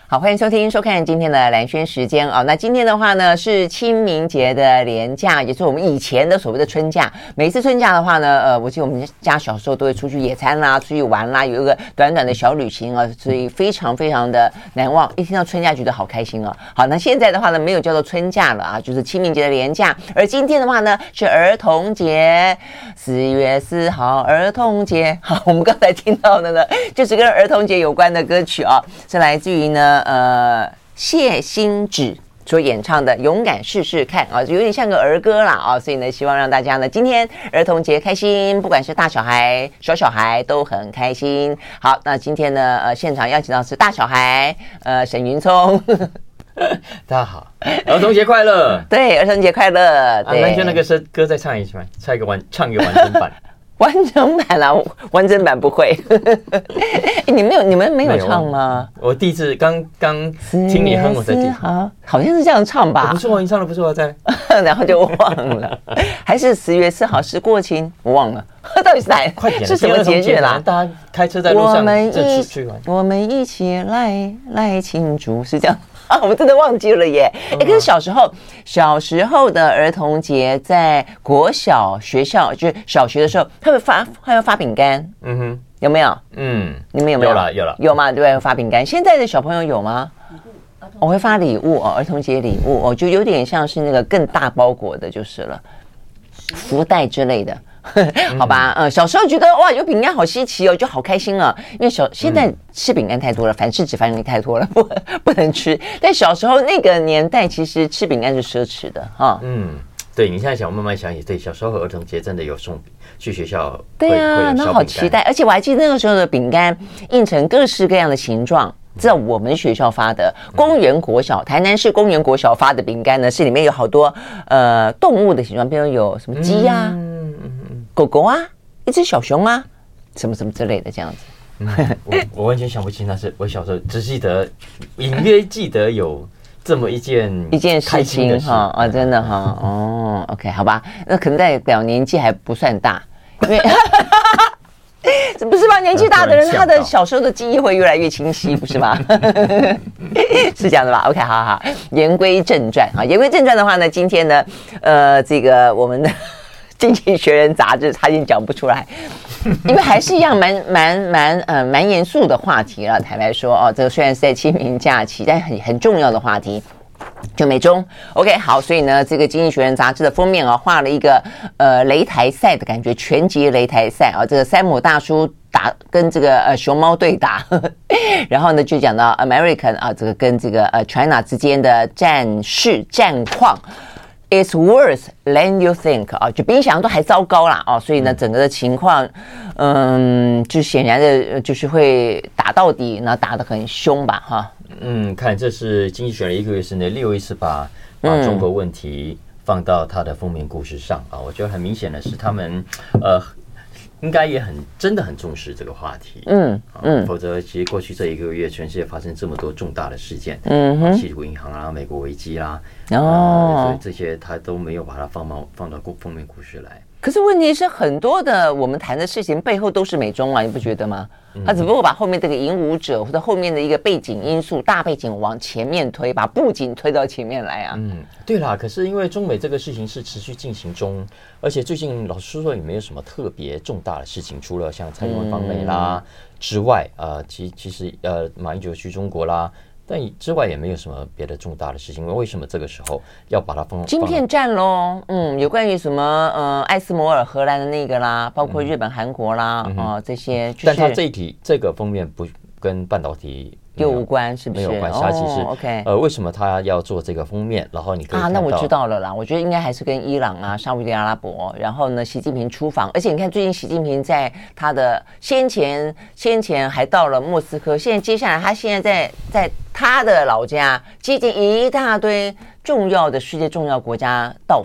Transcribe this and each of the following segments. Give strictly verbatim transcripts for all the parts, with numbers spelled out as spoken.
好，欢迎收听收看今天的蓝轩时间啊、哦。那今天的话呢是清明节的连假，也是我们以前的所谓的春假。每一次春假的话呢，呃，我记得我们家小时候都会出去野餐啦，出去玩啦，有一个短短的小旅行啊，所以非常非常的难忘。一听到春假觉得好开心哦。好，那现在的话呢没有叫做春假了啊，就是清明节的连假。而今天的话呢是儿童节，四月四号儿童节。好，我们刚才听到的呢就是跟儿童节有关的歌曲啊，是来自于呢。呃，谢欣芷所演唱的《勇敢试试看》啊，有点像个儿歌啦啊，所以呢，希望让大家呢今天儿童节开心，不管是大小孩、小小孩都很开心。好，那今天呢，呃，现场邀请到是大小孩，呃，沈云聪。 大家好，儿童节快乐！ 对，儿童节快乐。对， 蓝轩那个是歌再唱一次，唱一个完，唱一个完整版。 完整版啊，完整版不会。你没有，你们没有唱吗？ 我第一次刚刚听你哼，我在听， 好，好像是这样唱吧。 不错，你唱的不错，在， 然后就忘了，还是十月四号是过情，我忘了，到底是哪？ 快点， 是什么节日啦？ 大家开车在路上， 我们一起， 我们一起来来庆祝，是这样。啊，我真的忘记了耶！哎、欸，可是小时候，小时候的儿童节，在国小学校，就是小学的时候，他会发，他会发饼干。嗯哼，有没有？嗯，你们有没有？ 有了，有了， 有嘛？对不对？发饼干。现在的小朋友有吗？我会发礼物哦，儿童节礼物哦，就有点像是那个更大包裹的，就是了，福袋之类的。好吧，呃，小时候觉得哇，有饼干好稀奇哦，就好开心啊。因为小现在吃饼干太多了，反式脂肪也太多了，不不能吃。但小时候那个年代，其实吃饼干是奢侈的哈。 嗯，对，你现在想慢慢想也对，小时候儿童节真的有送去学校， 对啊，那好期待。而且我还记得那个时候的饼干印成各式各样的形状。在我们学校发的公园国小，台南市公园国小发的饼干呢，是里面有好多呃动物的形状，比如有什么鸡啊、嗯、狗狗啊、一只小熊啊，什么什么之类的这样子。 嗯、我, 我完全想不起那是我小时候只记得隐约记得有这么一件一件事情哈啊，真的哈哦 ，OK 好吧，那可能代表年纪还不算大，因为。不是吧？年纪大的人，他的小时候的记忆会越来越清晰，不是吗？是这样的吧 ？OK， 好好。言归正传啊，言归正传的话呢，今天呢，呃，这个我们的《经济学人》杂志他已经讲不出来，因为还是一样蛮蛮蛮呃蛮严肃的话题了。坦白说哦，这个虽然是在清明假期，但很很重要的话题。就美中 OK 好，所以呢，这个《经济学人》杂志的封面啊，画了一个呃擂台赛的感觉，拳击擂台赛啊，这个山姆大叔打跟这个呃熊猫对打，呵呵然后呢就讲到 American 啊，这个跟这个呃 China 之间的战事战况。It's worse than you think 啊，就比你想象都还糟糕啦啊！所以呢，整个的情况，嗯，就显然的，就是会打到底，然后打得很凶吧，哈。 嗯，看这是经济学人一个月之内六一次把把中国问题放到他的封面故事上啊，我觉得很明显的是他们呃。应该也很真的很重视这个话题，嗯嗯，否则其实过去这一个月，全世界发生这么多重大的事件，嗯哼，矽谷银行啊，美国危机啦，哦、呃，所以这些他都没有把它放到放到封面故事来。 可是问题是，很多的我们谈的事情背后都是美中啊，你不觉得吗？他只不过把后面这个引武者或者后面的一个背景因素、大背景往前面推，把布景推到前面来啊。 嗯，对啦。可是因为中美这个事情是持续进行中，而且最近老实说也没有什么特别重大的事情，除了像蔡英文访美啦、嗯、之外，呃，其其实呃，马英九去中国啦。但之外也没有什么别的重大的事情，为什么这个时候要把它放？ 晶片战咯，嗯，有关于什么呃，艾斯摩尔荷兰的那个啦，包括日本、韩国啦，嗯、哦，这些、就是。 但它这一题这个封面不跟半导体又无关，是不是？ 没有关系，它其实、 哦、OK， 呃，为什么他要做这个封面？然后你可以啊，那我知道了啦。我觉得应该还是跟伊朗啊、沙烏地阿拉伯，然后呢，习近平出访，而且你看最近习近平在他的先前先前还到了莫斯科，现在接下来他现在在在他的老家接近一大堆重要的世界重要国家到访。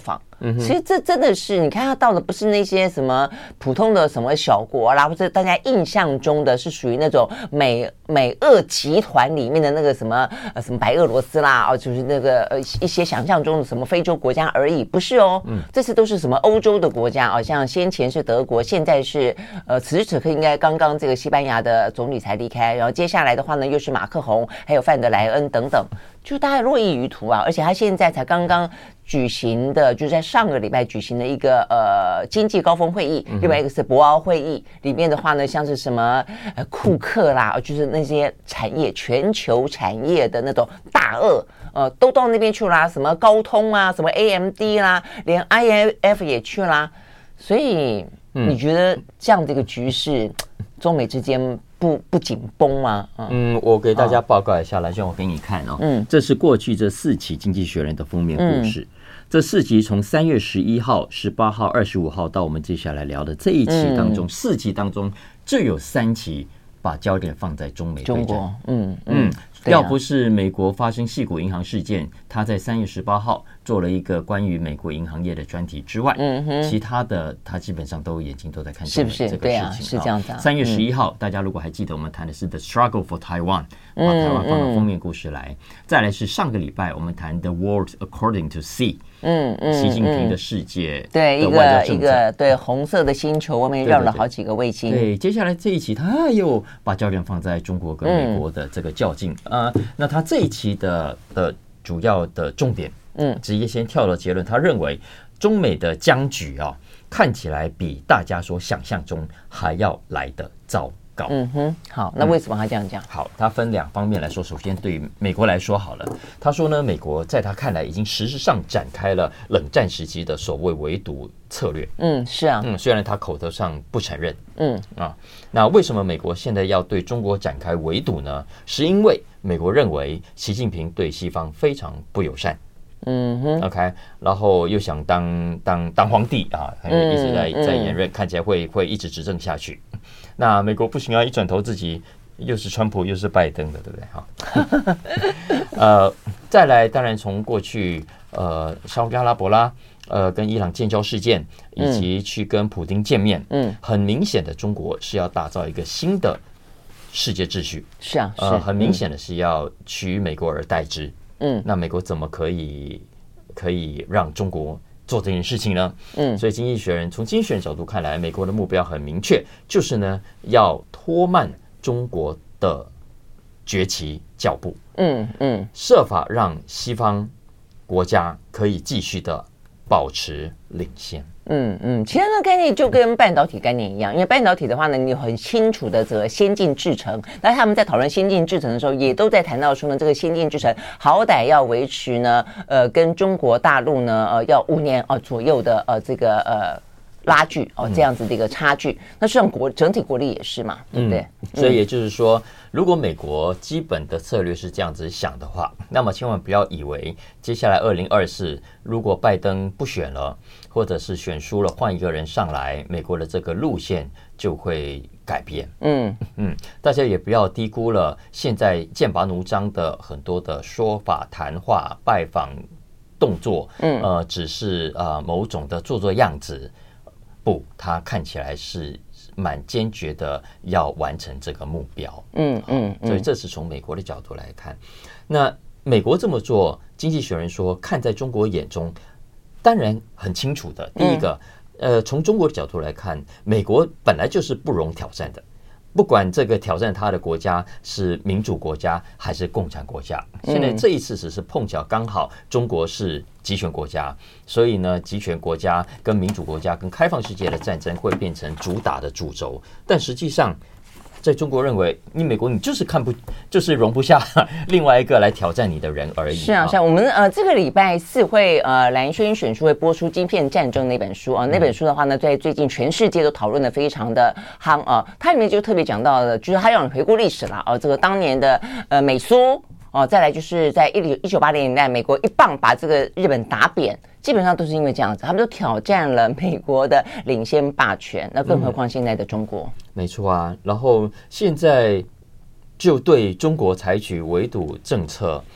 嗯、其实这真的是你看他到的不是那些什么普通的什么小国啦，或者大家印象中的是属于那种美美俄集团里面的那个什么呃什么白俄罗斯啦，哦，就是那个呃一些想象中的什么非洲国家而已，不是哦，嗯，这次都是什么欧洲的国家啊、哦，像先前是德国，现在是呃此时此刻应该刚刚这个西班牙的总理才离开，然后接下来的话呢又是马克宏，还有范德莱恩等等，就大概络绎于途啊，而且他现在才刚刚举行的，就在上个礼拜举行的一个呃经济高峰会议，另外一个是博鳌会议，里面的话呢，像是什么呃库克啦，就是那些产业全球产业的那种大鳄，呃，都到那边去啦，什么高通啊，什么 A M D 啦，连 I M F 也去啦，所以你觉得这样的一个局势，中美之间不不紧绷吗？ 嗯, 嗯，我给大家报告一下，来，让我给你看哦。嗯，这是过去这四期《经济学人》的封面故事。嗯，这四集从三月十一号、十八号、二十五号到我们接下来聊的这一期当中，嗯、四集当中就有三期把焦点放在中美对战。中国，嗯嗯。要不是美国发生矽谷银行事件，他在三月十八号做了一个关于美国银行业的专题之外，嗯哼，其他的他基本上都眼睛都在看中美这个事情。对啊，是这样子。三月十一号，大家如果还记得，我们谈的是 The Struggle for Taiwan， 把台湾放到封面故事来。再来是上个礼拜我们谈 The World According to Xi， 嗯嗯，习近平的世界对一个一个对红色的星球外面绕了好几个卫星。 对，接下来这一期他又把焦点放在中国跟美国的这个较劲。呃，那他这一期的的主要的重点，嗯，直接先跳了结论，他认为中美的僵局啊，看起来比大家所想象中还要来得糟糕。 嗯哼，好，那为什么他这样讲？ 嗯、好，他分两方面来说。首先，对于美国来说，好了，他说呢，美国在他看来已经实质上展开了冷战时期的所谓围堵策略。嗯，是啊，嗯，虽然他口头上不承认。嗯啊，那为什么美国现在要对中国展开围堵呢？是因为美国认为习近平对西方非常不友善。嗯哼 ，OK， 然后又想当当当皇帝啊，一直在在延任，看起来会会一直执政下去。那美国不行啊，一转头自己又是川普又是拜登的，对不对？哈，呃，再来，当然从过去呃沙特阿拉伯啦，呃跟伊朗建交事件，以及去跟普丁见面，嗯，很明显的中国是要打造一个新的世界秩序， 是啊， 呃，很明显的是要取美国而代之。嗯，那美国怎么可以可以让中国做这件事情呢？嗯，所以经济学人从经济学人角度看来，美国的目标很明确，就是呢要拖慢中国的崛起脚步。嗯嗯，设法让西方国家可以继续的保持领先。 嗯嗯，其实那概念就跟半导体概念一样，因为半导体的话呢，你有很清楚的这个先进制程，那他们在讨论先进制程的时候，也都在谈到说呢，这个先进制程好歹要维持呢，呃，跟中国大陆呢，呃，要五年呃左右的呃这个呃拉锯哦，这样子的一个差距。那实际上国整体国力也是嘛，对不对？ 嗯、所以也就是说，如果美国基本的策略是这样子想的话，那么千万不要以为接下来二零二四如果拜登不选了，或者是选输了换一个人上来，美国的这个路线就会改变。嗯嗯，大家也不要低估了现在剑拔弩张的很多的说法、谈话、拜访动作，嗯呃，只是呃某种的做做样子，不，他看起来是蛮坚决的要完成这个目标。嗯嗯，所以这是从美国的角度来看。那美国这么做，经济学人说，看在中国眼中，当然很清楚的。第一个，呃，从中国的角度来看，美国本来就是不容挑战的。不管这个挑战他的国家是民主国家还是共产国家，现在这一次只是碰巧刚好中国是集权国家，所以呢，集权国家跟民主国家跟开放世界的战争会变成主打的主轴，但实际上在中国认为，你美国你就是看不，就是容不下另外一个来挑战你的人而已。 是啊，像我们呃这个礼拜四会呃蓝轩选书会播出《晶片战争》那本书啊，那本书的话呢，在最近全世界都讨论的非常的夯啊，它里面就特别讲到了，就是它让你回顾历史啦，哦，这个当年的呃美苏。哦，再来就是在一九八零年代，美国一棒把这个日本打扁，基本上都是因为这样子，他们都挑战了美国的领先霸权，那更何况现在的中国？ 嗯、没错啊，然后现在就对中国采取围堵政策，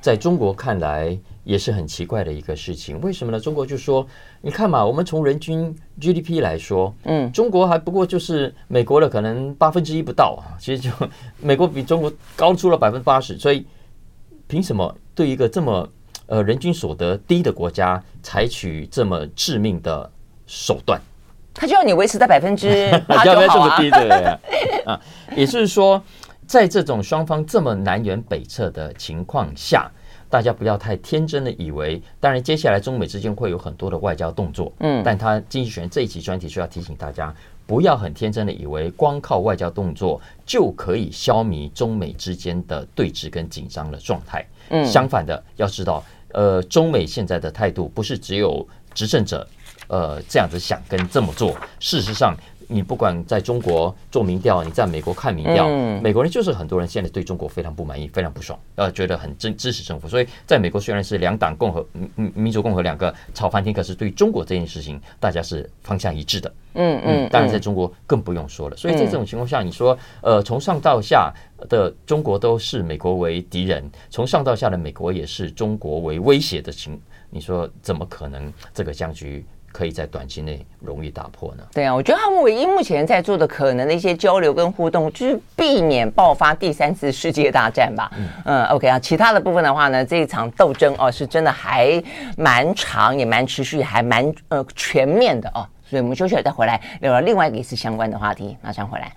在中国看来也是很奇怪的一个事情。为什么呢？中国就说，你看嘛，我们从人均 G D P 来说，嗯，中国还不过就是美国的可能八分之一不到啊。其实就美国比中国高出了百分之八十，所以凭什么对一个这么呃人均所得低的国家采取这么致命的手段？ 他就要你维持在百分之八就好啊， 这么低的啊，也就是说，在这种双方这么南辕北辙的情况下，大家不要太天真的以为，当然接下来中美之间会有很多的外交动作，嗯，但他经济学人这一期专题就要提醒大家，不要很天真的以为光靠外交动作就可以消弭中美之间的对峙跟紧张的状态。嗯，相反的，要知道，呃，中美现在的态度不是只有执政者。呃，这样子想跟这么做，事实上，你不管在中国做民调，你在美国看民调，嗯、美国人就是很多人现在对中国非常不满意，非常不爽，呃，觉得很支支持政府。所以，在美国虽然是两党共和、民主共和两个吵翻天，可是对中国这件事情，大家是方向一致的。嗯嗯，当然在中国更不用说了。所以在这种情况下，你说，呃，从上到下的中国都视美国为敌人，从上到下的美国也是中国为威胁的情，你说怎么可能这个僵局可以在短期内容易打破呢？对啊，我觉得他们唯一目前在做的可能的一些交流跟互动，就是避免爆发第三次世界大战吧。嗯, 嗯 ，OK 啊，其他的部分的话呢，这一场斗争哦，是真的还蛮长，也蛮持续，还蛮呃全面的哦。所以我们休息了再回来聊聊另外一个是相关的话题，马上回来。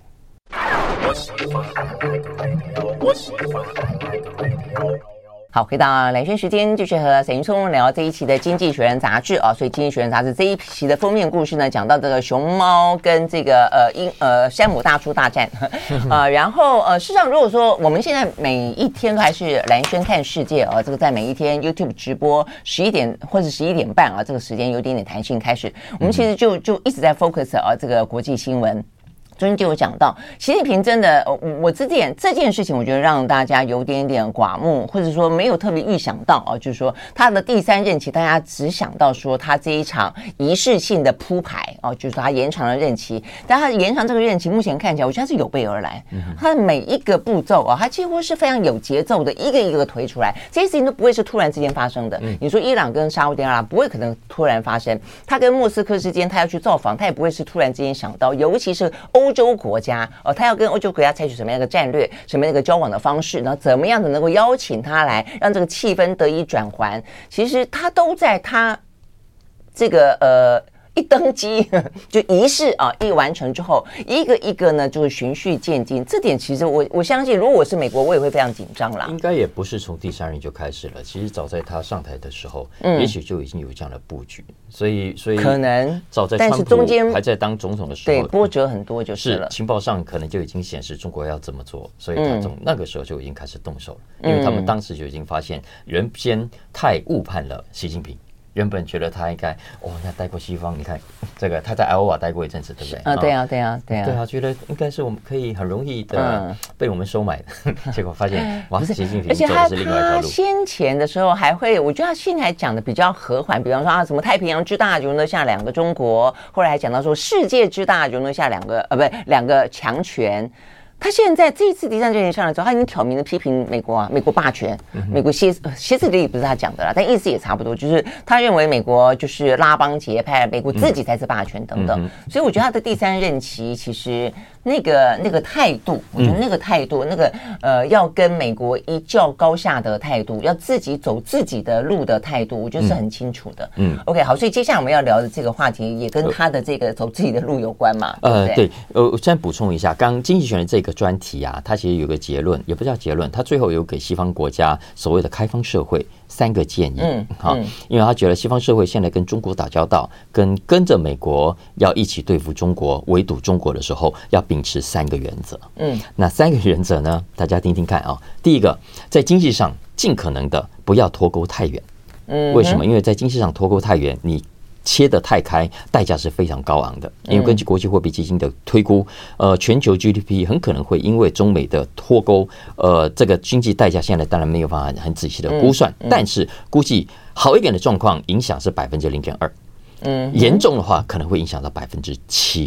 好，回到蓝轩时间，继续和沈云聪聊这一期的《经济学人》杂志啊。所以，《经济学人》杂志这一期的封面故事呢，讲到这个熊猫跟这个呃鹰呃山姆大叔大战呃，然后呃，事实上，如果说我们现在每一天都还是蓝轩看世界啊，这个在每一天 YouTube 直播十一点或者十一点半啊，这个时间有点点弹性开始，我们其实就就一直在 focus 啊这个国际新闻。中间就有讲到，习近平真的，我这点这件事情，我觉得让大家有点点寡目，或者说没有特别预想到啊，就是说他的第三任期，大家只想到说他这一场仪式性的铺排啊，就是说他延长了任期，但他延长这个任期，目前看起来，我觉得他是有备而来，他的每一个步骤啊，他几乎是非常有节奏的，一个一个推出来，这些事情都不会是突然之间发生的。你说伊朗跟沙烏地阿拉伯不会可能突然发生，他跟莫斯科之间他要去造访，他也不会是突然之间想到，尤其是欧。欧洲国家哦，他要跟欧洲国家采取什么样的战略，什么样的一个交往的方式，然后怎么样的能够邀请他来，让这个气氛得以转圜，其实他都在他这个呃。一登基就仪式啊，一完成之后，一个一个呢就是循序渐进。这点其实我我相信，如果我是美国，我也会非常紧张啦。 应该也不是从第三任就开始了，其实早在他上台的时候，嗯，也许就已经有这样的布局。所以，所以可能早在川普还在当总统的时候， 对波折很多就是了。 是情报上可能就已经显示中国要这么做，所以他从那个时候就已经开始动手了，嗯、因为他们当时就已经发现原先太误判了习近平。原本觉得他应该哦，那待过西方，你看这个他在艾欧瓦待过一阵子，对不对？ 啊，对啊，对啊，对啊， 对啊，觉得应该是我们可以很容易的被我们收买的，嗯、结果发现哇，习近平走的是另外一条路。 而且他先前的时候还会，我觉得他现在还讲的比较和缓，比方说啊，什么太平洋之大容得下两个中国，后来还讲到说世界之大容得下两个呃，不对，两个强权。他现在这一次第三任期上来之后，他已经挑明的批评美国啊，美国霸权，美国歇歇斯底里不是他讲的啦，但意思也差不多，就是他认为美国就是拉帮结派，美国自己才是霸权等等。嗯、所以我觉得他的第三任期其实那个那个态度，我觉得那个态度，嗯、那个呃要跟美国一较高下的态度，要自己走自己的路的态度，我觉得是很清楚的。嗯 ，OK， 好，所以接下来我们要聊的这个话题也跟他的这个走自己的路有关嘛？ 呃，对，呃，我先补充一下，刚经济学人这个。个专题啊，它其实有个结论，也不叫结论，它最后有给西方国家所谓的开放社会三个建议。嗯，好，因为他觉得西方社会现在跟中国打交道，跟跟着美国要一起对付中国、围堵中国的时候，要秉持三个原则。嗯，那三个原则呢，大家听听看啊。第一个，在经济上尽可能的不要脱钩太远。嗯，为什么？因为在经济上脱钩太远，你切得太开，代价是非常高昂的。因为根据国际货币基金的推估，呃，全球 G D P 很可能会因为中美的脱钩，呃，这个经济代价现在当然没有办法很仔细的估算，嗯嗯、但是估计好一点的状况，影响是百分之零点二，嗯，严重的话可能会影响到百分之七。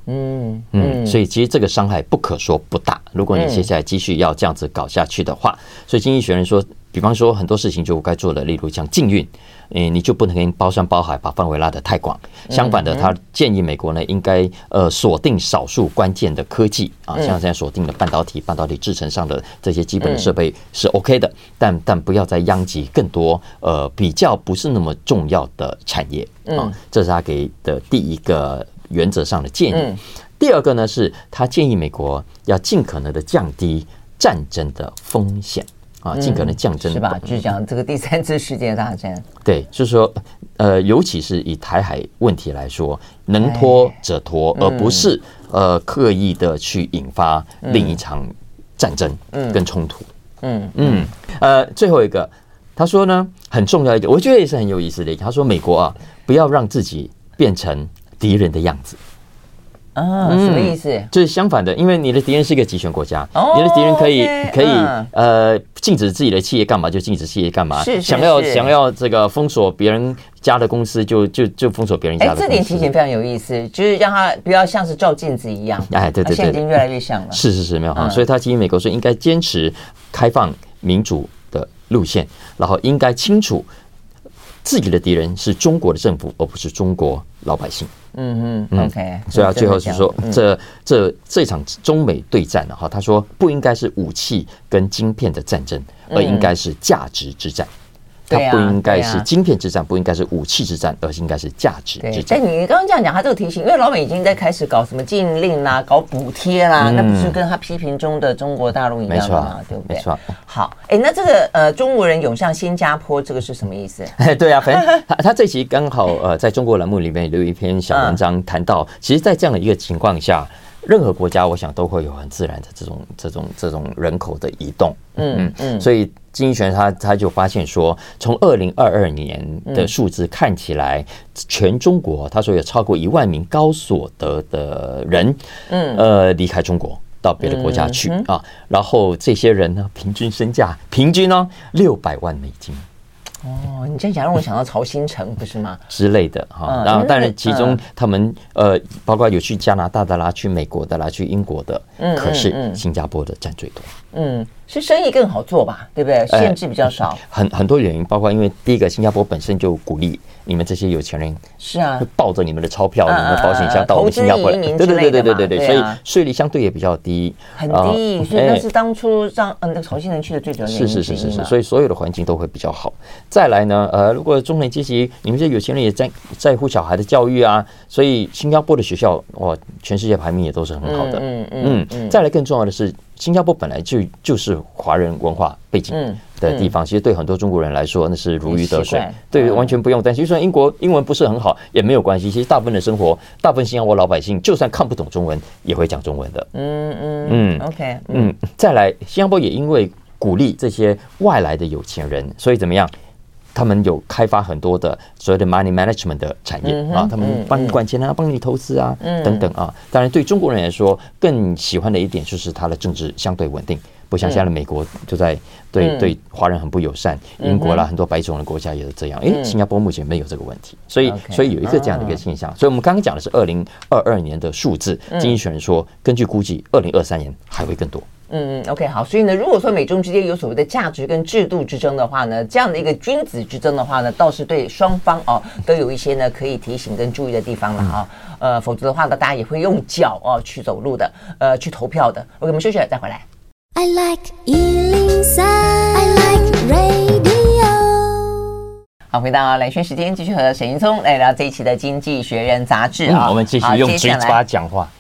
嗯嗯，所以其实这个伤害不可说不大。如果你接下来继续要这样子搞下去的话，所以经济学人说，比方说很多事情就该做的，例如像禁运，嗯，你就不能包山包海把范围拉得太广。相反的，他建议美国呢应该呃锁定少数关键的科技啊，像现在锁定的半导体、半导体制程上的这些基本的设备是 OK 的，但但不要再殃及更多呃比较不是那么重要的产业啊，这是他给的第一个原则上的建议。第二个呢，是他建议美国要尽可能的降低战争的风险啊，尽可能降争、 嗯、是吧？就是讲这个第三次世界大战。 对，就是说，呃，尤其是以台海问题来说，能拖则拖，而不是呃刻意的去引发另一场战争跟冲突。嗯嗯呃，最后一个，他说呢，很重要一个，我觉得也是很有意思的一个，他说美国啊，不要让自己变成敌人的样子。 啊，什么意思？ 嗯、就是相反的，因为你的敌人是一个集权国家，哦、你的敌人可以、okay, 可以、嗯、呃禁止自己的企业干嘛就禁止企业干嘛， 是是是想要想要这个封锁别人家的公司就就就封锁别人家的公司。 哎，这点提醒非常有意思，就是让他不要像是照镜子一样。 哎，对对对， 现在已经越来越像了。 是是是，没有哈、嗯。所以他建议美国说应该坚持开放民主的路线，然后应该清楚自己的敌人是中国的政府，而不是中国老百姓。 嗯嗯 ，OK。 所以他最后是说， 嗯、 这这这场中美对战呢，哈，他说不应该是武器跟晶片的战争，而应该是价值之战。它不应该是晶片之战，不应该是武器之战，而是应该是价值之战。 但你刚刚这样讲，他这个提醒，因为老美已经在开始搞什么禁令啦、搞补贴啦，嗯、那不是跟他批评中的中国大陆一样的吗？对不对？ 没错。 好，哎，那这个呃，中国人涌向新加坡，这个是什么意思？ 哎，对啊，反正他他这期刚好呃，在中国栏目里面有一篇小文章谈到，嗯、其实，在这样的一个情况下。任何国家，我想都会有很自然的这种、这种、这种人口的移动，嗯嗯，所以经济学他他就发现说，从二零二二年的数字看起来，全中国他说有超过一万名高所得的人，嗯呃离开中国到别的国家去啊，然后这些人呢，平均身价平均呢六百万美金。 哦，你这样讲让我想到曹新成，不是吗？ 之类的哈，然后当然其中他们呃，包括有去加拿大的啦，去美国的啦，去英国的，嗯，可是新加坡的占最多。 嗯，是生意更好做吧，对不对？限制比较少。呃、 很很多原因，包括因为第一个，新加坡本身就鼓励你们这些有钱人是啊， 抱着你们的钞票、你们的保险箱到我们新加坡来，对对对对对对对，所以税率相对也比较低， 很低，所以那是当初让嗯那个曹新成去的最主要原因。 是是是是是，所以所有的环境都会比较好。再来呢，呃，如果中产阶级，你们这些有钱人也在在乎小孩的教育啊，所以新加坡的学校哇，全世界排名也都是很好的。嗯嗯嗯。再来更重要的是，新加坡本来就就是华人文化背景的地方，其实对很多中国人来说那是如鱼得水，对，完全不用担心。就算英国英文不是很好也没有关系，其实大部分的生活，大部分新加坡老百姓就算看不懂中文也会讲中文的。嗯嗯嗯 ，OK， 嗯，再来，新加坡也因为鼓励这些外来的有钱人，所以怎么样？他们有开发很多的所谓的 money management 的产业、嗯、啊，他们帮你管钱啊，帮你投资啊、嗯、等等啊。当然，对中国人来说，更喜欢的一点就是它的政治相对稳定，不像现在的美国就在对、嗯、对华人很不友善，英国啦很多白种的国家也是这样。哎、嗯，新加坡目前没有这个问题，所以、okay, 所以有一个这样的一个现象。所以我们刚刚讲的是二零二二年的数字，经济学人说，根据估计，二零二三年还会更多。 嗯 ，OK， 好，所以呢，如果说美中之间有所谓的价值跟制度之争的话呢，这样的一个君子之争的话呢，倒是对双方哦都有一些呢可以提醒跟注意的地方了啊。呃，否则的话呢，大家也会用脚哦去走路的，呃，去投票的。OK， 我们休息了再回来。I like 一零三 I like radio。好，回到蓝轩时间，继续和沈云聪来聊这一期的《经济学人》杂志啊、嗯。 我们继续用嘴巴讲话。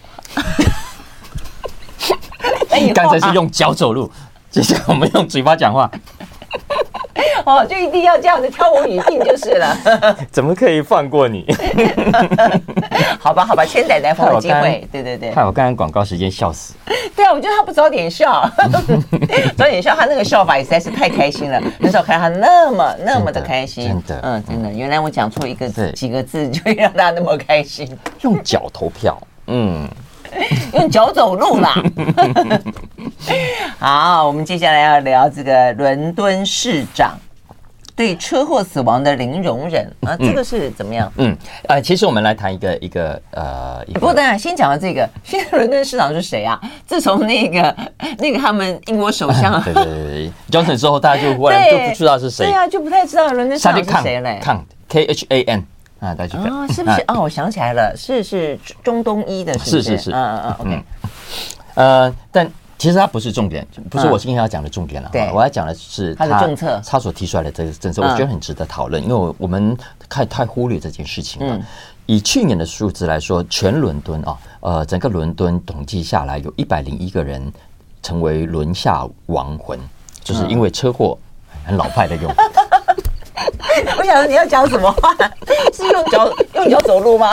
刚才是用脚走路，接下来我们用嘴巴讲话。 哦，就一定要这样子挑我语病就是了。 怎么可以放过你？ 好吧，好吧，千载难逢的机会，对对对。 害我刚刚广告时间笑死。 对啊，我觉得他不早点笑，早点笑，他那个笑法也实在是太开心了，很少看他那么那么的开心。 真的， 嗯，真的，原来我讲错一个几个字就会让大家那么开心。 用脚投票，嗯。 用脚走路啦。好，我们接下来要聊这个伦敦市长对车祸死亡的零容忍啊，这个是怎么样？ 嗯，呃，其实我们来谈一个一个呃，一个不过当然先讲到这个，现在伦敦市长是谁啊？自从那个那个他们英国首相， 对对对 ，Johnson 之后，大家就忽然就不知道是谁， 对啊，就不太知道伦敦市长是谁嘞。 Khan K H A N 啊，大家去看啊，是不是？哦，我想起来了，是是中东医的，是是是是， 嗯嗯嗯 ，OK， 呃，但。其实它不是重点，不是我今天要讲的重点了。 对， 我要讲的是他的政策， 他所提出来的这个政策，我觉得很值得讨论，因为我们太太忽略这件事情了。以去年的数字来说，全伦敦啊，呃，整个伦敦统计下来，有一百零一个人成为轮下亡魂，就是因为车祸，很老派的用。 我想说你要讲什么话？是用脚用脚走路吗？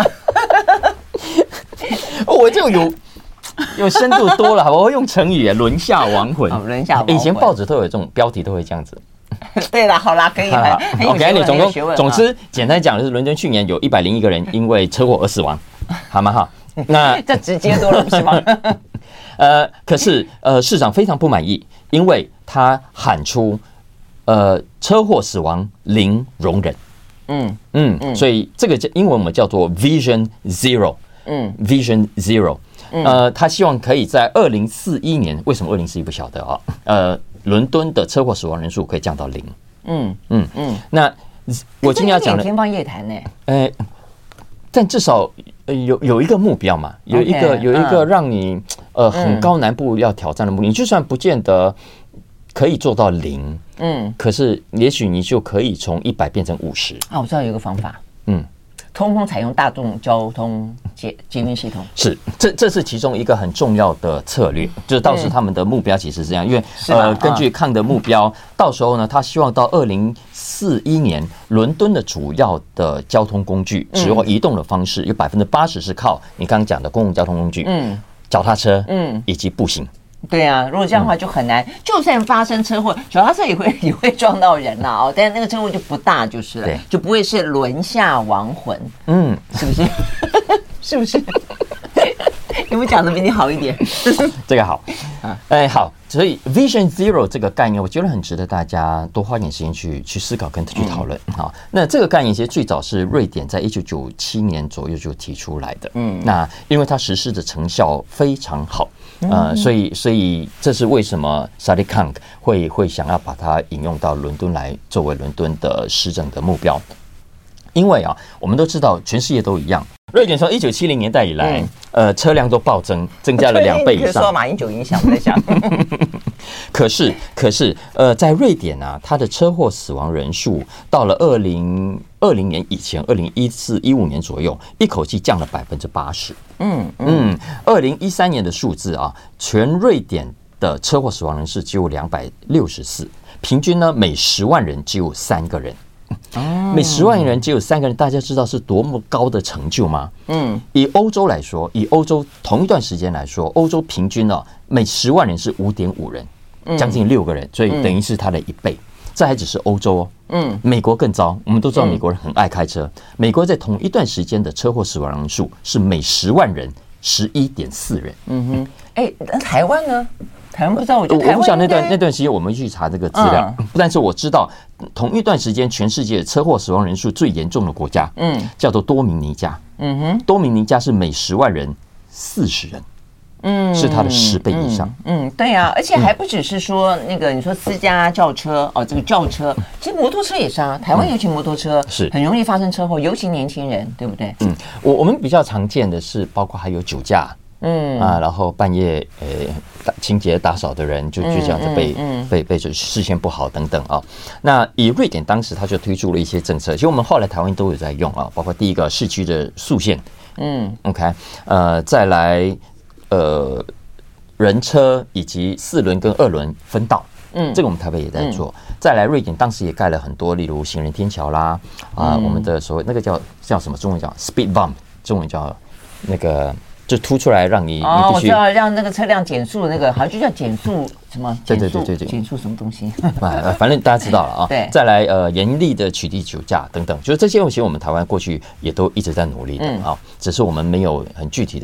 我就有。有深度多了，我会用成语“轮下亡魂”。 轮下亡魂， 以前报纸都有这种标题，都会这样子。 对啦，好啦，可以。 OK， 你总共总之简单讲的是，伦敦去年有一百零一个人因为车祸而死亡，好吗？哈，那这直接多了，不是吗？ 呃，可是呃，市长非常不满意，因为他喊出呃车祸死亡零容忍。嗯嗯嗯，所以这个英文我们叫做 Vision Zero。嗯 ，Vision Zero。呃，他希望可以在二零四一年，为什么二零四一不晓得啊？呃，伦敦的车祸死亡人数可以降到零。嗯嗯嗯。那我今天要讲的天方夜谭呢？ 呃，但至少有有一个目标嘛，有一个有一个让你呃很高难度要挑战的目的。你就算不见得可以做到零，嗯，可是也许你就可以从一百变成五十。 啊，我知道有一个方法，嗯。通通采用大众交通捷捷运系统， 是这这是其中一个很重要的策略，就是到时他们的目标其实是这样，因为呃根据抗的目标，到时候呢，他希望到二零四一年，伦敦的主要的交通工具只用移动的方式，有百分之八十是靠你刚刚讲的公共交通工具，嗯，脚踏车，嗯，以及步行。 对啊，如果这样的话就很难，嗯、就算发生车祸，脚踏车也会也会撞到人啦、啊、哦，但是那个车祸就不大就是了，就不会是轮下亡魂，嗯，是不是？是不是？有没有讲的比你好一点？ 这个好，哎好，所以 Vision Zero 这个概念，我觉得很值得大家多花点时间去去思考跟去讨论。好、嗯，那这个概念其实最早是瑞典在一九九七年左右就提出来的，嗯，那因为它实施的成效非常好。呃，所以，所以这是为什么 Sadiq Khan 会会想要把它引用到伦敦来，作为伦敦的施政的目标。因为啊，我们都知道，全世界都一样，瑞典从一九七零年代以来，嗯、呃，车辆都暴增，增加了两倍以上。 受马英九影响，我在想。 可是，可是，呃，在瑞典啊，它的车祸死亡人数到了二零二零年以前，二零一四一五年左右，一口气降了百分之八十。嗯嗯，二零一三年的数字啊，全瑞典的车祸死亡人数只有两百六十四，平均呢每十万人只有三个人。哦、每十万人只有三个人，大家知道是多么高的成就吗？嗯，以欧洲来说，以欧洲同一段时间来说，欧洲平均呢、啊、每十万人是五点五人，将近六个人，所以等于是它的一倍。这还只是欧洲哦，嗯，美国更糟。我们都知道美国人很爱开车，嗯、美国在同一段时间的车祸死亡人数是每十万人十一点四人。嗯哼，哎，那台湾呢？台湾不知道，我觉得我不想那段那段时间我们去查这个资料，嗯、但是我知道同一段时间全世界车祸死亡人数最严重的国家，嗯，叫做多米尼加。嗯哼，多米尼加是每十万人四十人。嗯，是它的十倍以上。 嗯，嗯对啊，而且还不只是说那个，你说私家轿车哦，这个轿车，其实摩托车也是啊。台湾尤其摩托车是很容易发生车祸，尤其年轻人，对不对？ 嗯，我我们比较常见的是，包括还有酒驾，嗯啊，然后半夜呃清洁打扫的人就就这样子被、嗯嗯、被被就视线不好等等啊。那以瑞典当时他就推出了一些政策，其实我们后来台湾都有在用啊，包括第一个市区的速限，嗯 ，OK， 呃，再来。呃，人车以及四轮跟二轮分道，嗯，这个我们台北也在做。嗯、再来，瑞典当时也盖了很多，例如行人天桥啦，啊、嗯呃，我们的所谓那个叫叫什么？中文叫 speed bump， 中文叫那个就凸出来让你， 哦， 你必须我知道让那个车辆减速的那个，好像就叫减速什么？ 对对对对对， 减速什么东西？ 啊，反正大家知道了啊。对。再来，呃，严厉的取缔酒驾等等，就是这些东西，我们台湾过去也都一直在努力的啊、嗯，只是我们没有很具体的。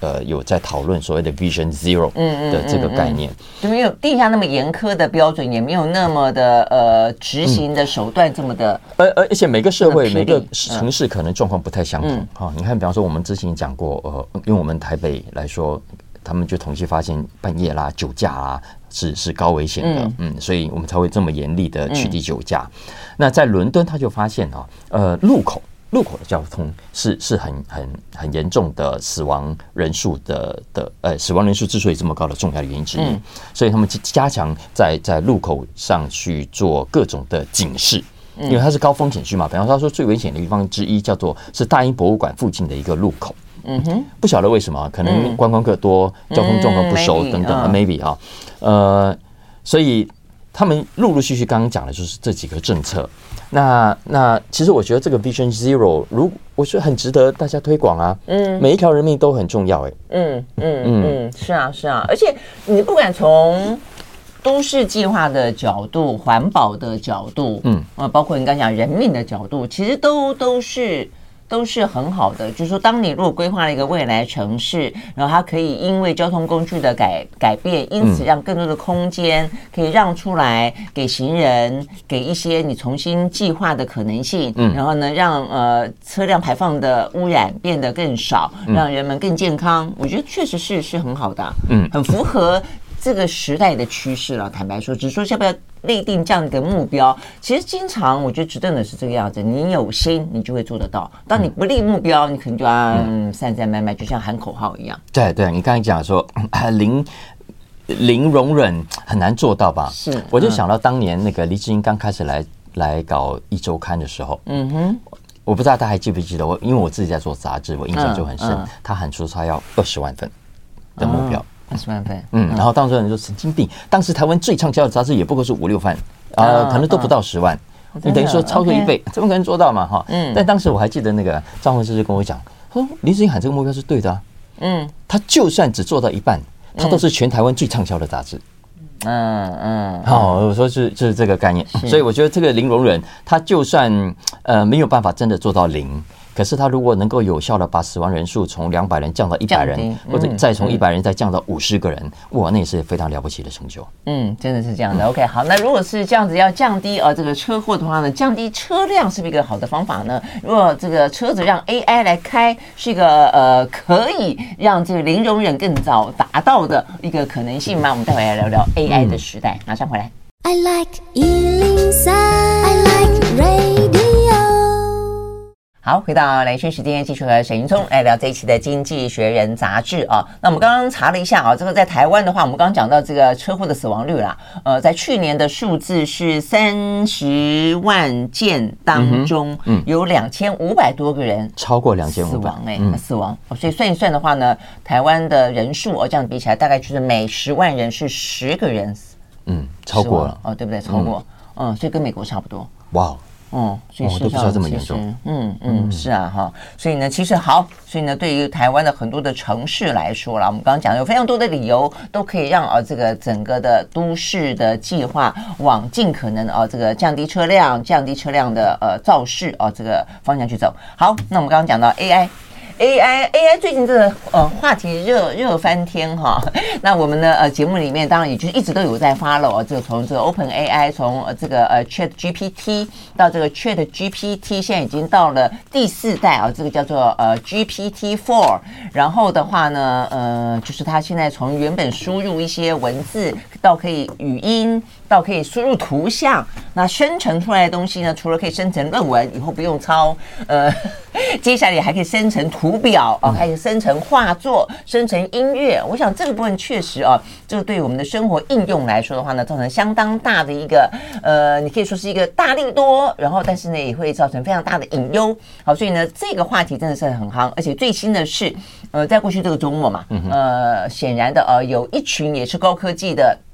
呃有在讨论所谓的 Vision Zero 的这个概念， 就没有定下那么严苛的标准，也没有那么的呃执行的手段这么的， 而、嗯、而且每个社会每个城市可能状况不太相同。哈、嗯哦，你看，比方说我们之前讲过，呃，用我们台北来说，他们就统计发现半夜啦、酒驾啦是是高危险的，嗯, 嗯，所以我们才会这么严厉的取缔酒驾。嗯、那在伦敦，他就发现啊、哦，呃，路口。路口的交通是是很很很严重的死亡人数的的呃死亡人数之所以这么高的重要的原因之一，嗯、所以他们加强在在路口上去做各种的警示，因为它是高风险区嘛。比方说，他说最危险的地方之一叫做是大英博物馆附近的一个路口，嗯哼，不晓得为什么，可能观光客多，嗯、交通状况不熟等等、嗯、，maybe 哈，呃，所以他们陆陆续续刚刚讲的就是这几个政策。那那其实我觉得这个 Vision Zero， 如我觉得很值得大家推广啊。嗯，每一条人命都很重要哎、欸。嗯嗯嗯，是啊是啊，而且你不管从都市计划的角度、环保的角度，嗯啊，包括你刚讲人命的角度，其实都都是。都是很好的，就是说，当你如果规划了一个未来城市，然后它可以因为交通工具的改改变，因此让更多的空间可以让出来给行人，给一些你重新计划的可能性，嗯，然后呢，让呃车辆排放的污染变得更少，让人们更健康，我觉得确实是是很好的，嗯，很符合这个时代的趋势了。坦白说，只是说要不要内定这样的目标，其实经常我觉得执政的是这个样子，你有心你就会做得到，当你不立目标，你可能就要散散漫漫，就像喊口号一样。 对对，你刚才讲说零零容忍很难做到吧？是，我就想到当年那个黎智英刚开始来来搞一周刊的时候，嗯哼，我不知道大家还记不记得我，因为我自己在做杂志，我印象就很深，嗯嗯、他喊出他要二十万份的目标。 二十万份， 嗯，然后当时人说神经病，当时台湾最畅销的杂志也不过是五六万，呃，可能都不到十万，你等于说超过一倍，怎么可能做到嘛？哈，嗯，但当时我还记得那个张宏师就跟我讲，说黎智英喊这个目标是对的啊，嗯，他就算只做到一半，他都是全台湾最畅销的杂志，嗯嗯，好，我说是就是这个概念，所以我觉得这个零容忍，他就算呃没有办法真的做到零。可是他如果能够有效的把死亡人数从两百人降到一百人，嗯、或者再从一百人再降到五十个人，哇，那也是非常了不起的成就。 嗯，真的是这样的。OK， 好，那如果是这样子要降低呃这个车祸的话呢，降低车辆是不是一个好的方法呢？如果这个车子让 A I 来开，是一个呃可以让这个零容忍更早达到的一个可能性吗？我们待会来聊聊 A I 的时代，嗯、马上回来。I like 一零三 I like radio。好，回到来讯时间，继续和沈云聪来聊这一期的《经济学人》杂志啊。那我们刚刚查了一下啊，这个在台湾的话，我们刚刚讲到这个车祸的死亡率啦，呃，在去年的数字是三十万件当中，嗯嗯、有两千五百多个人超过两千五百死亡哎、欸嗯，死亡、哦。所以算一算的话呢，台湾的人数哦，这样比起来，大概就是每十万人是十个人死， 嗯，超过了哦，对不对？超过，嗯，嗯所以跟美国差不多。 哇。 哦，所以事实上这么严重， 嗯嗯，是啊哈，所以呢，其实好，所以呢，对于台湾的很多的城市来说啦，我们刚刚讲有非常多的理由，都可以让啊这个整个的都市的计划往尽可能啊这个降低车辆、降低车辆的呃肇事啊这个方向去走。好，那我们刚刚讲到 A I。A I A I 最近这个呃话题热热翻天哈，那我们的呃节目里面当然也就是一直都有在 follow 这个从这个 Open A I 从这个呃 Chat G P T 到这个 Chat G P T 现在已经到了第四代啊，这个叫做呃 G P T 四， 然后的话呢呃就是它现在从原本输入一些文字到可以语音到可以输入图像，那生成出来的东西呢，除了可以生成论文，以后不用抄，呃，接下来也还可以生成图表啊，还可以生成画作、生成音乐。我想这个部分确实啊，这个对于我们的生活应用来说的话呢，造成相当大的一个呃，你可以说是一个大利多，然后但是呢，也会造成非常大的隐忧。好，所以呢，这个话题真的是很夯，而且最新的是，呃，在过去这个周末嘛，呃，显然的呃，有一群也是高科技的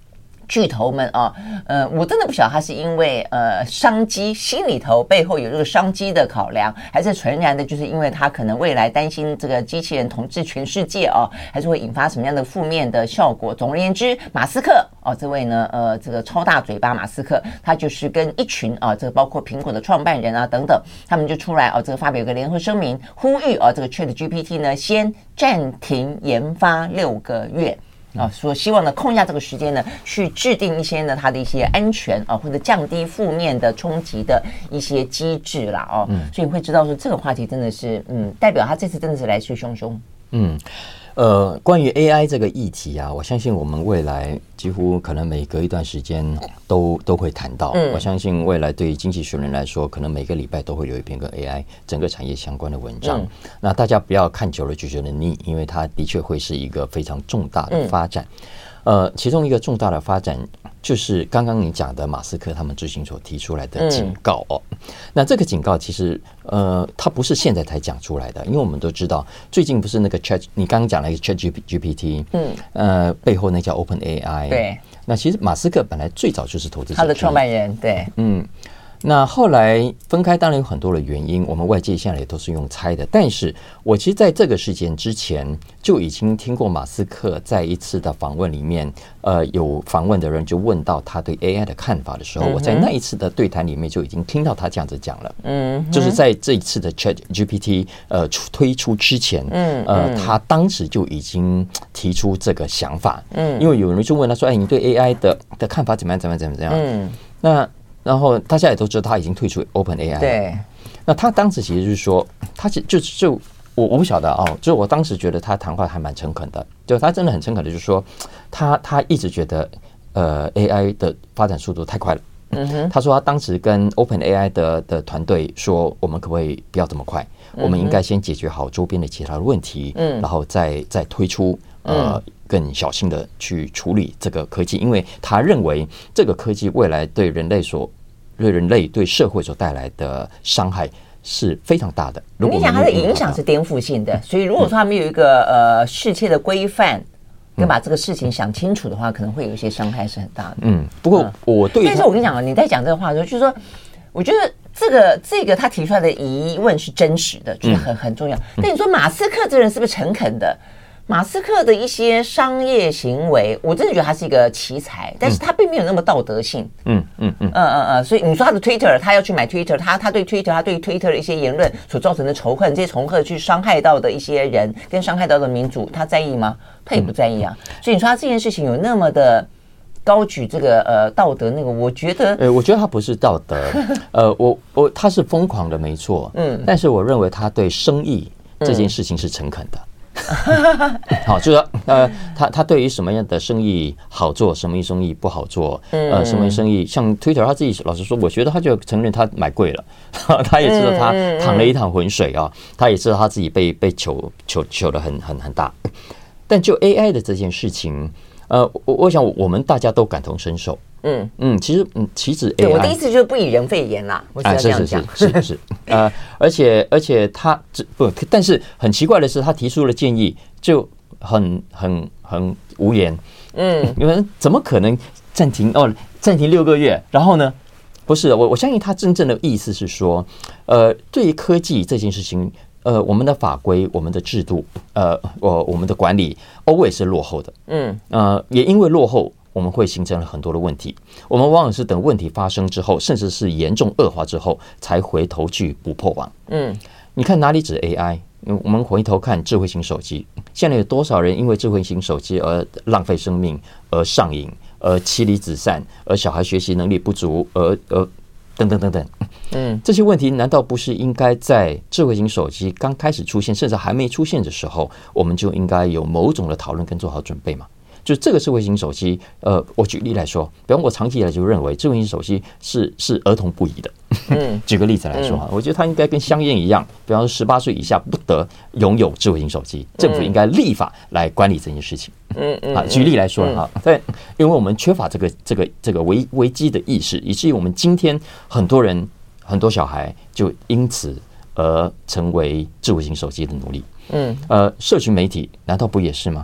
巨头们啊，呃，我真的不晓得他是因为呃商机心里头背后有这个商机的考量，还是纯然的就是因为他可能未来担心这个机器人统治全世界啊，还是会引发什么样的负面的效果。总而言之，马斯克哦，这位呢呃这个超大嘴巴马斯克，他就是跟一群啊这个包括苹果的创办人啊等等，他们就出来哦这个发表一个联合声明，呼吁啊这个 ChatGPT 呢先暂停研发六个月。啊，说希望呢空下这个时间呢，去制定一些呢它的一些安全啊，或者降低负面的冲击的一些机制啦哦，嗯、所以你会知道说这个话题真的是嗯，代表他这次真的是来势汹汹。 嗯，呃，关于 A I 这个议题啊，我相信我们未来几乎可能每隔一段时间都都会谈到。嗯、我相信未来对于经济学人来说，可能每个礼拜都会有一篇跟 A I 整个产业相关的文章。嗯、那大家不要看久了就觉得腻，因为它的确会是一个非常重大的发展。嗯、呃，其中一个重大的发展就是刚刚你讲的马斯克他们最新所提出来的警告哦。嗯、那这个警告其实呃，它不是现在才讲出来的，因为我们都知道最近不是那个 Chat， 你刚刚讲了一个 Chat G P T， 嗯，呃，背后那叫 Open A I， 对。 那其实马斯克本来最早就是投资者， 他的创办人，对， 嗯。那后来分开当然有很多的原因，我们外界现在也都是用猜的。但是我其实在这个事件之前就已经听过马斯克在一次的访问里面，呃，有访问的人就问到他对 A I 的看法的时候，嗯、我在那一次的对谈里面就已经听到他这样子讲了。嗯，就是在这一次的 Chat G P T 呃推出之前，嗯，呃，他当时就已经提出这个想法。嗯，因为有人就问他说：“哎，你对 A I 的的看法怎么样？怎么样？怎么样？”嗯，那。然后大家也都知道他已经退出 Open A I 了。 对， 那他当时其实就是说，他就就就我我不晓得哦，就我当时觉得他谈话还蛮诚恳的，就他真的很诚恳的，就是说他他一直觉得呃 A I 的发展速度太快了。嗯哼，他说他当时跟 Open A I 的的团队说，我们可不可以不要这么快？我们应该先解决好周边的其他的问题，嗯，然后再再推出呃。嗯更小心的去处理这个科技，因为他认为这个科技未来对人类所、对人类、对社会所带来的伤害是非常大的。 我跟你讲，它的影响是颠覆性的，所以如果说他们有一个呃适切的规范，跟把这个事情想清楚的话，可能会有一些伤害是很大的。 嗯，不过我对， 但是我跟你讲啊，你在讲这个话的时候，就是说，我觉得这个这个他提出来的疑问是真实的，就是很很重要。但你说马斯克这人是不是诚恳的？马斯克的一些商业行为，我真的觉得他是一个奇才，但是他并没有那么道德性。嗯嗯嗯嗯嗯嗯，所以你说他的 Twitter， 他要去买 Twitter， 他他对 Twitter， 他对 Twitter 的一些言论所造成的仇恨，这些仇恨去伤害到的一些人，跟伤害到的民主，他在意吗？他也不在意啊。所以你说他这件事情有那么的高举这个呃道德那个，我觉得， 呃，我觉得他不是道德，呃，我我他是疯狂的，没错，嗯，但是我认为他对生意这件事情是诚恳的。好，就是说呃，他他对于什么样的生意好做，什么生意不好做，呃，什么生意像 Twitter， 他自己老实说，我觉得他就承认他买贵了，他也知道他淌了一趟浑水啊，他也知道他自己被被糗糗糗得很很很大。但就 A I 的这件事情，呃，我我想我们大家都感同身受。嗯嗯，其实嗯，其实 A I， 对我的意思就是不以人废言啦，我是要这样讲， 是是是是呃，而且而且他不，但是很奇怪的是，他提出了建议就很很很无言，嗯，因为怎么可能暂停哦？暂停六个月，然后呢？不是我我相信他真正的意思是说，呃，对于科技这件事情，呃，我们的法规、我们的制度，呃，我我们的管理 always 是落后的，嗯，呃，也因为落后。我们会形成了很多的问题，我们往往是等问题发生之后，甚至是严重恶化之后，才回头去补破网。嗯，你看哪里指 A I？ 我们回头看智慧型手机，现在有多少人因为智慧型手机而浪费生命，而上瘾，而妻离子散，而小孩学习能力不足，而而等等等等。嗯，这些问题难道不是应该在智慧型手机刚开始出现，甚至还没出现的时候，我们就应该有某种的讨论跟做好准备吗？就这个智慧型手机，呃，我举例来说，比方我长期以来就认为智慧型手机是是儿童不宜的。嗯，举个例子来说哈，我觉得它应该跟香烟一样，比方说十八岁以下不得拥有智慧型手机，政府应该立法来管理这件事情。嗯嗯，啊，举例来说哈，对，因为我们缺乏这个这个这个危危机的意识，以至于我们今天很多人很多小孩就因此而成为智慧型手机的奴隶。嗯，呃，社群媒体难道不也是吗？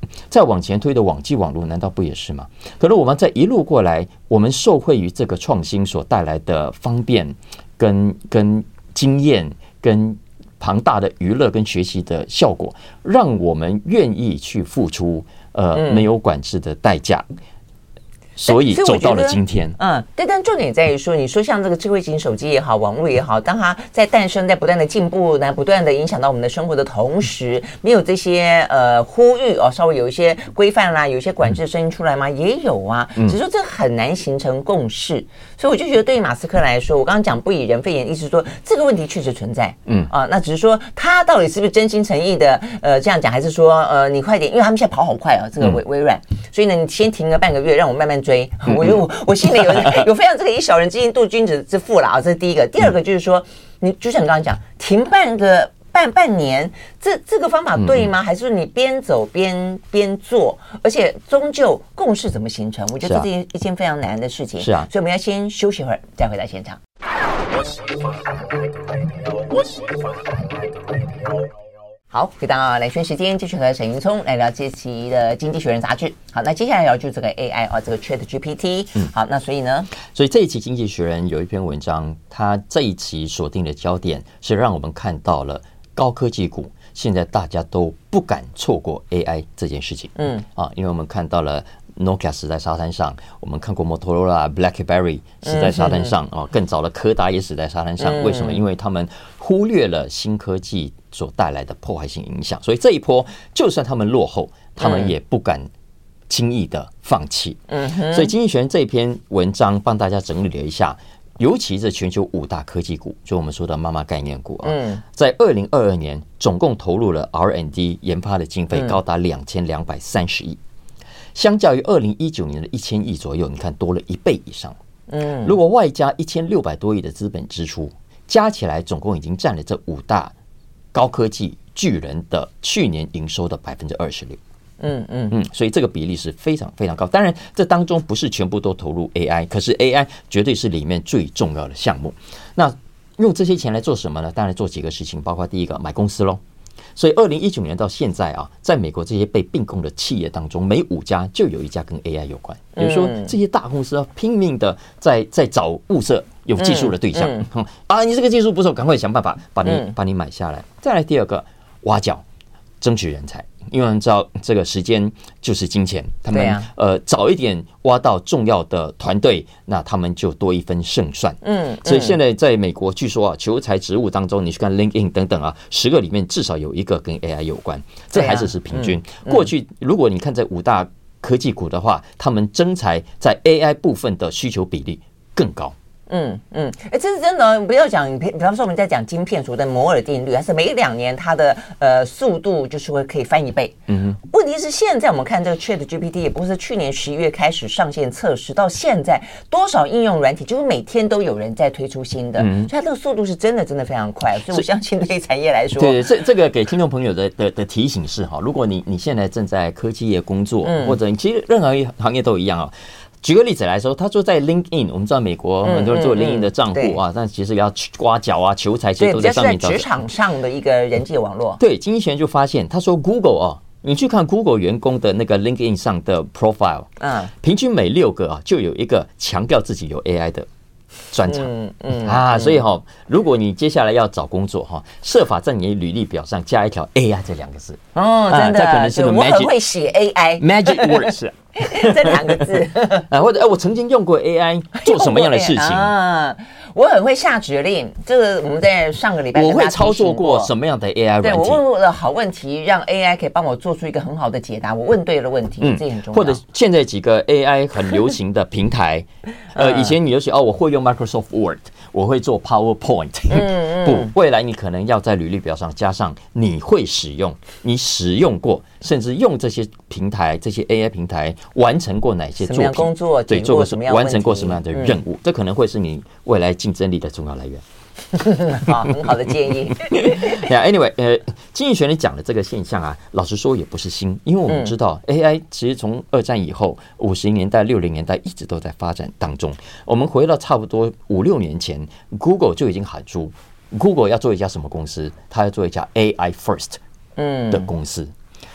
再往前推的网际网络难道不也是吗？可是我们在一路过来，我们受惠于这个创新所带来的方便跟跟经验跟庞大的娱乐跟学习的效果，让我们愿意去付出呃没有管制的代价。所以走到了今天， 嗯，对，但重点在于说，你说像这个智慧型手机也好，网络也好，当它在诞生、在不断的进步、呢，不断的影响到我们的生活的同时，没有这些呃呼吁哦，稍微有一些规范啦，有一些管制的声音出来吗？也有啊，只是说这很难形成共识。所以我就觉得，对于马斯克来说，我刚刚讲不以人废言，意思是说这个问题确实存在，嗯啊，那只是说他到底是不是真心诚意的呃这样讲，还是说呃你快点，因为他们现在跑好快啊，这个微微软，所以呢你先停个半个月，让我慢慢追。我我我心里有有非常这个以小人之心度君子之腹啦啊，这是第一个。第二个就是说，你就像你刚刚讲，停半个半半年，这这个方法对吗？还是说你边走边边做，而且终究共识怎么形成？我觉得这是一件非常难的事情。 是啊， 所以我们要先休息会儿，再回到现场。好，回到蓝轩时间，继续和沈云聪来聊这期的《经济学人》杂志。好，那接下来聊就这个 A I 啊，这个 Chat G P T。嗯，好，那所以呢， 所以这一期《经济学人》有一篇文章，它这一期锁定的焦点是让我们看到了高科技股现在大家都不敢错过 A I 这件事情。嗯，啊，因为我们看到了。Nokia 死在沙滩上，我们看过 Motorola、BlackBerry 死在沙滩上，哦，更早的柯达也死在沙滩上。为什么？因为他们忽略了新科技所带来的破坏性影响，所以这一波就算他们落后，他们也不敢轻易的放弃。所以经济学人这篇文章帮大家整理了一下，尤其是全球五大科技股，就我们说的妈妈概念股啊，在二零二二年总共投入了 R and D 研发的经费高达两千两百三十亿。相较于二零一九年的一千亿左右，你看多了一倍以上。嗯，如果外加一千六百多亿的资本支出，加起来总共已经占了这五大高科技巨人的去年营收的百分之二十六。嗯嗯嗯，所以这个比例是非常非常高。当然，这当中不是全部都投入 A I， 可是 A I 绝对是里面最重要的项目。那用这些钱来做什么呢？当然做几个事情，包括第一个买公司咯。所以二零一九年到现在啊，在美国这些被并购的企业当中，每五家就有一家跟 A I 有关。比如说这些大公司啊，拼命的在在找物色有技术的对象，嗯嗯、啊，你这个技术不错，赶快想办法把你、嗯、把你买下来。再来第二个，挖角，争取人才。因为我们知道这个时间就是金钱，他们、啊、呃早一点挖到重要的团队，那他们就多一分胜算。嗯，所以现在在美国，据说啊，求才职务当中，你去看 LinkedIn 等等啊，十个里面至少有一个跟 A I 有关，这还是是平均。啊嗯、过去如果你看这五大科技股的话，他们征才在 A I 部分的需求比例更高。 嗯嗯，哎，这是真的。不要讲，比方说我们在讲晶片所的摩尔定律，还是每两年它的呃速度就是会可以翻一倍。嗯哼。问题是现在我们看这个 Chat G P T， 也不是去年十一月开始上线测试，到现在多少应用软体，就是每天都有人在推出新的，嗯、所以它这个速度是真的真的非常快。所以我相信对于产业来说， 对这这个给听众朋友的的的提醒是哈，如果你你现在正在科技业工作，嗯、或者其实任何行业都一样啊。举个例子来说，他说在 LinkedIn， 我们知道美国很多人做 LinkedIn 的账户、嗯嗯、啊，但其实要刮角啊、求财，其实都在上面。 对，职场上的一个人际网络。 对，经济学人就发现，他说 Google 啊，你去看 Google 员工的那个 LinkedIn 上的 profile， 嗯，平均每六个啊就有一个强调自己有 A I 的专长。嗯嗯啊，所以哈、哦，如果你接下来要找工作哈，设法在你的履历表上加一条 A I 这两个字。 哦，真的， 这、啊、可能是个 magic， 我很会写 A I magic words。 这两个字啊，或者、啊、我曾经用过 A I 做什么样的事情啊？ 我很会下指令，这个我们在上个礼拜我会操作过什么样的 A I 软体？ 对，我问了好问题，让 A I 可以帮我做出一个很好的解答。我问对了问题，嗯、这也很重要。 或者现在几个 A I 很流行的平台，呃，以前你就说哦，我会用 Microsoft Word， 我会做 PowerPoint， 嗯嗯不，未来你可能要在履历表上加上你会使用，你使用过，甚至用这些平台、这些 A I 平台完成过哪些作品、 工作， 对，做过什么完成过什么样的任务，嗯、这可能会是你未来竞争力的重要来源。 好，很好的建议。 yeah, anyway， 呃，经济学人讲的这个现象啊，老实说也不是新，因为我们知道 A I 其实从二战以后，五十年代、六零年代一直都在发展当中。我们回到差不多五六年前 ，Google 就已经喊出 ，Google 要做一家什么公司？它要做一家 A I First 的公司。嗯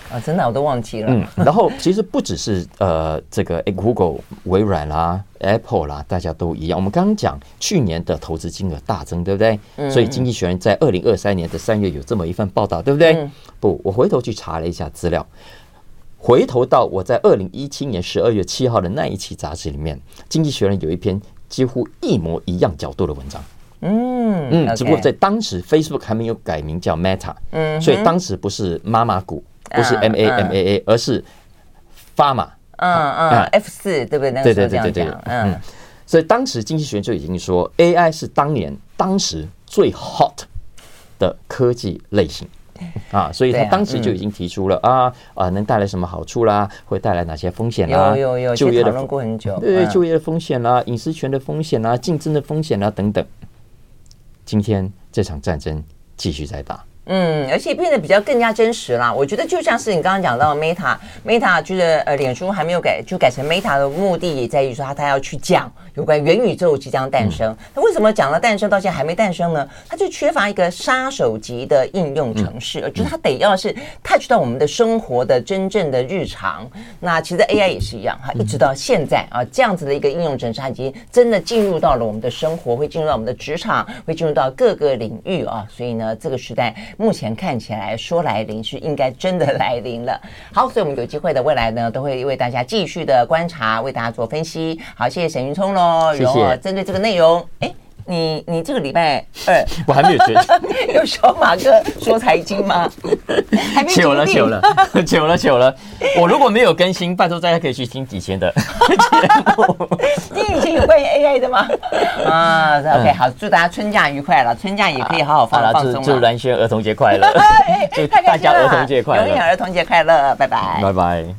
啊，真的我都忘记了。 嗯，然后其实不只是呃这个 Google、微软啦、Apple 啦，大家都一样。我们刚刚讲去年的投资金额大增，对不对？嗯、所以经济学人在二零二三年的三月有这么一份报道，对不对？嗯、不，我回头去查了一下资料，回头到我在二零一七年十二月七号的那一期杂志里面，经济学人有一篇几乎一模一样角度的文章。嗯嗯， okay. 只不过在当时 Facebook 还没有改名叫 Meta， 嗯，所以当时不是妈妈股，不是 M A M A A， 而是 Pharma， 嗯嗯 F 四对不对？那个时候这样讲，嗯， 所以当时经济学人就已经说 A I 是当年当时最 hot 的科技类型。啊，所以他当时就已经提出了啊啊，能带来什么好处啦？会带来哪些风险啦？ 有有有，就业的讨论过很久， 对，就业的风险啦、隐私权的风险啦、竞争的风险啦等等。今天这场战争继续在打。 嗯，而且变得比较更加真实啦。我觉得就像是你刚刚讲到 Meta，Meta 就是呃，脸书还没有改，就改成 Meta 的目的也在于说它它要去讲有关元宇宙即将诞生。那、嗯、为什么讲了诞生到现在还没诞生呢？它就缺乏一个杀手级的应用程式，嗯、就是它得要是 touch 到我们的生活的真正的日常。那其实 A I 也是一样哈，一直到现在啊，这样子的一个应用程式，它已经真的进入到了我们的生活，会进入到我们的职场，会进入到各个领域啊。所以呢，这个时代目前看起来说来临是应该真的来临了。好，所以我们有机会的未来呢，都会为大家继续的观察，为大家做分析。好，谢谢沈云聪喽。 谢谢。 针对这个内容，哎，你你这个礼拜二我还没有决定， 有小马哥说财经吗？还没糗了糗了糗了糗了！我如果没有更新，拜托大家可以去听以前的节目。 听以前有关于 A I 的吗？啊 ，OK， 好，祝大家春假愉快了，春假也可以好好放、啊、放松了。 祝蓝轩儿童节快乐，祝大家儿童节快乐， 永远儿童节快乐，拜拜， 拜拜。